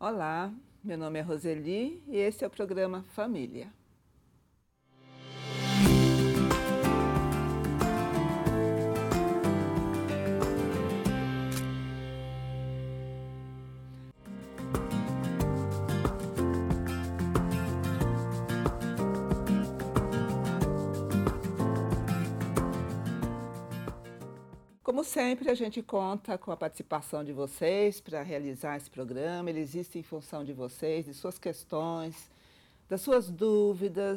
Olá, meu nome é Roseli e esse é o programa Família. Como sempre, a gente conta com a participação de vocês para realizar esse programa. Ele existe em função de vocês, de suas questões, das suas dúvidas,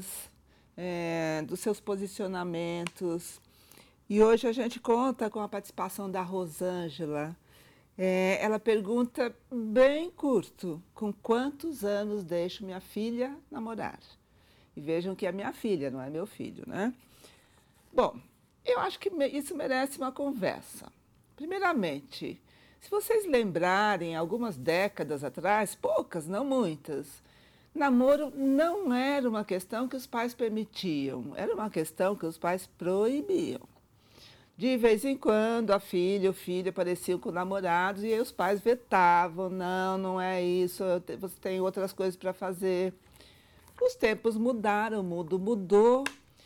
dos seus posicionamentos. E hoje a gente conta com a participação da Rosângela. Ela pergunta bem curto: com quantos anos deixo minha filha namorar? E vejam que é minha filha, não é meu filho, né? Bom, eu acho que isso merece uma conversa. Primeiramente, se vocês lembrarem, algumas décadas atrás, poucas, não muitas, namoro não era uma questão que os pais permitiam, era uma questão que os pais proibiam. De vez em quando, a filha e o filho apareciam com namorados e aí os pais vetavam: não, não é isso, você tem outras coisas para fazer. Os tempos mudaram, o mundo mudou.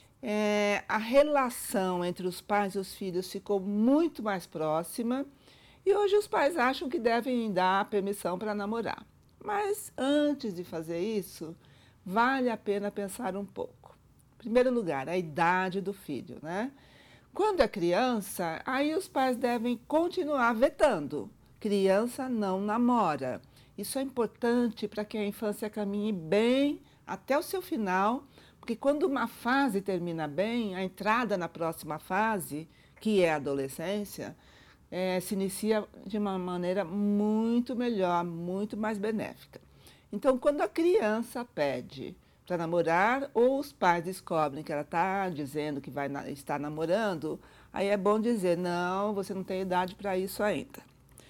A relação entre os pais e os filhos ficou muito mais próxima e hoje os pais acham que devem dar permissão para namorar. Mas antes de fazer isso, vale a pena pensar um pouco. Em primeiro lugar, a idade do filho, né? Quando é criança, aí os pais devem continuar vetando. Criança não namora. Isso é importante para que a infância caminhe bem até o seu final, porque quando uma fase termina bem, a entrada na próxima fase, que é a adolescência, se inicia de uma maneira muito melhor, muito mais benéfica. Então, quando a criança pede para namorar, ou os pais descobrem que ela está dizendo que vai estar namorando, aí é bom dizer: não, você não tem idade para isso ainda.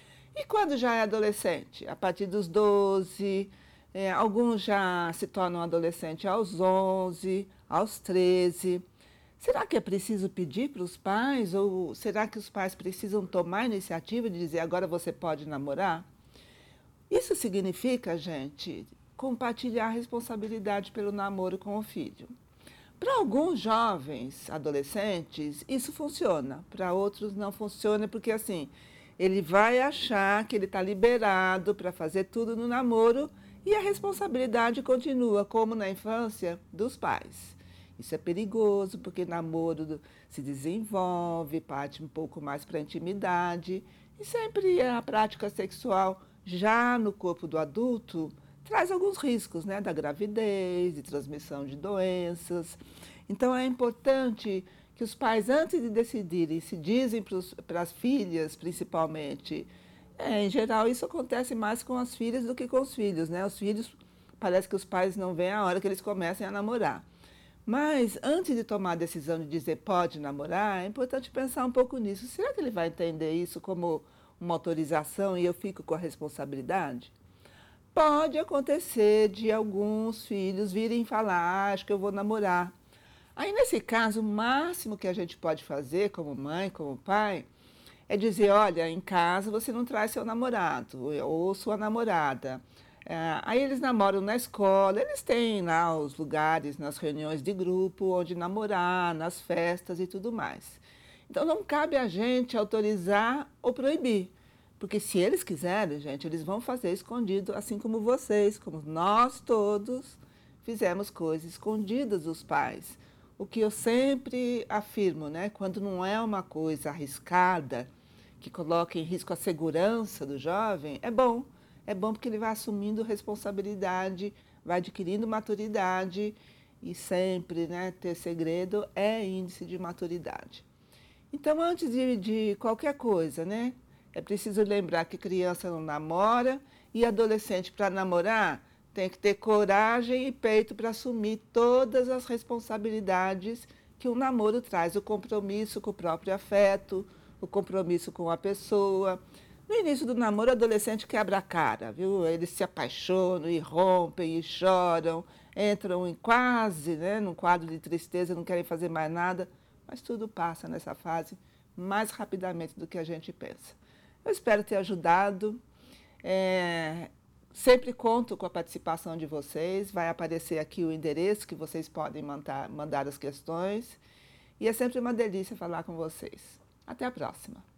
E quando já é adolescente? A partir dos 12, alguns já se tornam adolescentes aos 11, aos 13. Será que é preciso pedir para os pais? Ou será que os pais precisam tomar a iniciativa de dizer: agora você pode namorar? Isso significa, gente, compartilhar a responsabilidade pelo namoro com o filho. Para alguns jovens, adolescentes, isso funciona. Para outros não funciona, porque assim, ele vai achar que ele está liberado para fazer tudo no namoro e a responsabilidade continua, como na infância, dos pais. Isso é perigoso, porque namoro se desenvolve, parte um pouco mais para a intimidade, e sempre a prática sexual, já no corpo do adulto, traz alguns riscos, né, da gravidez, de transmissão de doenças. Então é importante que os pais, antes de decidirem, se dizem para as filhas, principalmente. Em geral, isso acontece mais com as filhas do que com os filhos, né? Os filhos, parece que os pais não veem a hora que eles comecem a namorar. Mas, antes de tomar a decisão de dizer pode namorar, é importante pensar um pouco nisso. Será que ele vai entender isso como uma autorização e eu fico com a responsabilidade? Pode acontecer de alguns filhos virem falar: acho que eu vou namorar. Aí, nesse caso, o máximo que a gente pode fazer, como mãe, como pai, é dizer: olha, em casa você não traz seu namorado ou sua namorada. Aí eles namoram na escola, eles têm lá os lugares, nas reuniões de grupo, onde namorar, nas festas e tudo mais. Então, não cabe a gente autorizar ou proibir. Porque se eles quiserem, gente, eles vão fazer escondido, assim como vocês, como nós todos fizemos coisas escondidas dos pais. O que eu sempre afirmo, né? Quando não é uma coisa arriscada, que coloca em risco a segurança do jovem, é bom. É bom porque ele vai assumindo responsabilidade, vai adquirindo maturidade e sempre, né, ter segredo é índice de maturidade. Então, antes de qualquer coisa, né, é preciso lembrar que criança não namora e adolescente, para namorar, tem que ter coragem e peito para assumir todas as responsabilidades que o namoro traz, o compromisso com o próprio afeto, o compromisso com a pessoa. No início do namoro, o adolescente quebra a cara, viu? Eles se apaixonam e rompem e choram, entram em quase, né, num quadro de tristeza, não querem fazer mais nada, mas tudo passa nessa fase mais rapidamente do que a gente pensa. Eu espero ter ajudado. Sempre conto com a participação de vocês, vai aparecer aqui o endereço que vocês podem mandar as questões. E é sempre uma delícia falar com vocês. Até a próxima!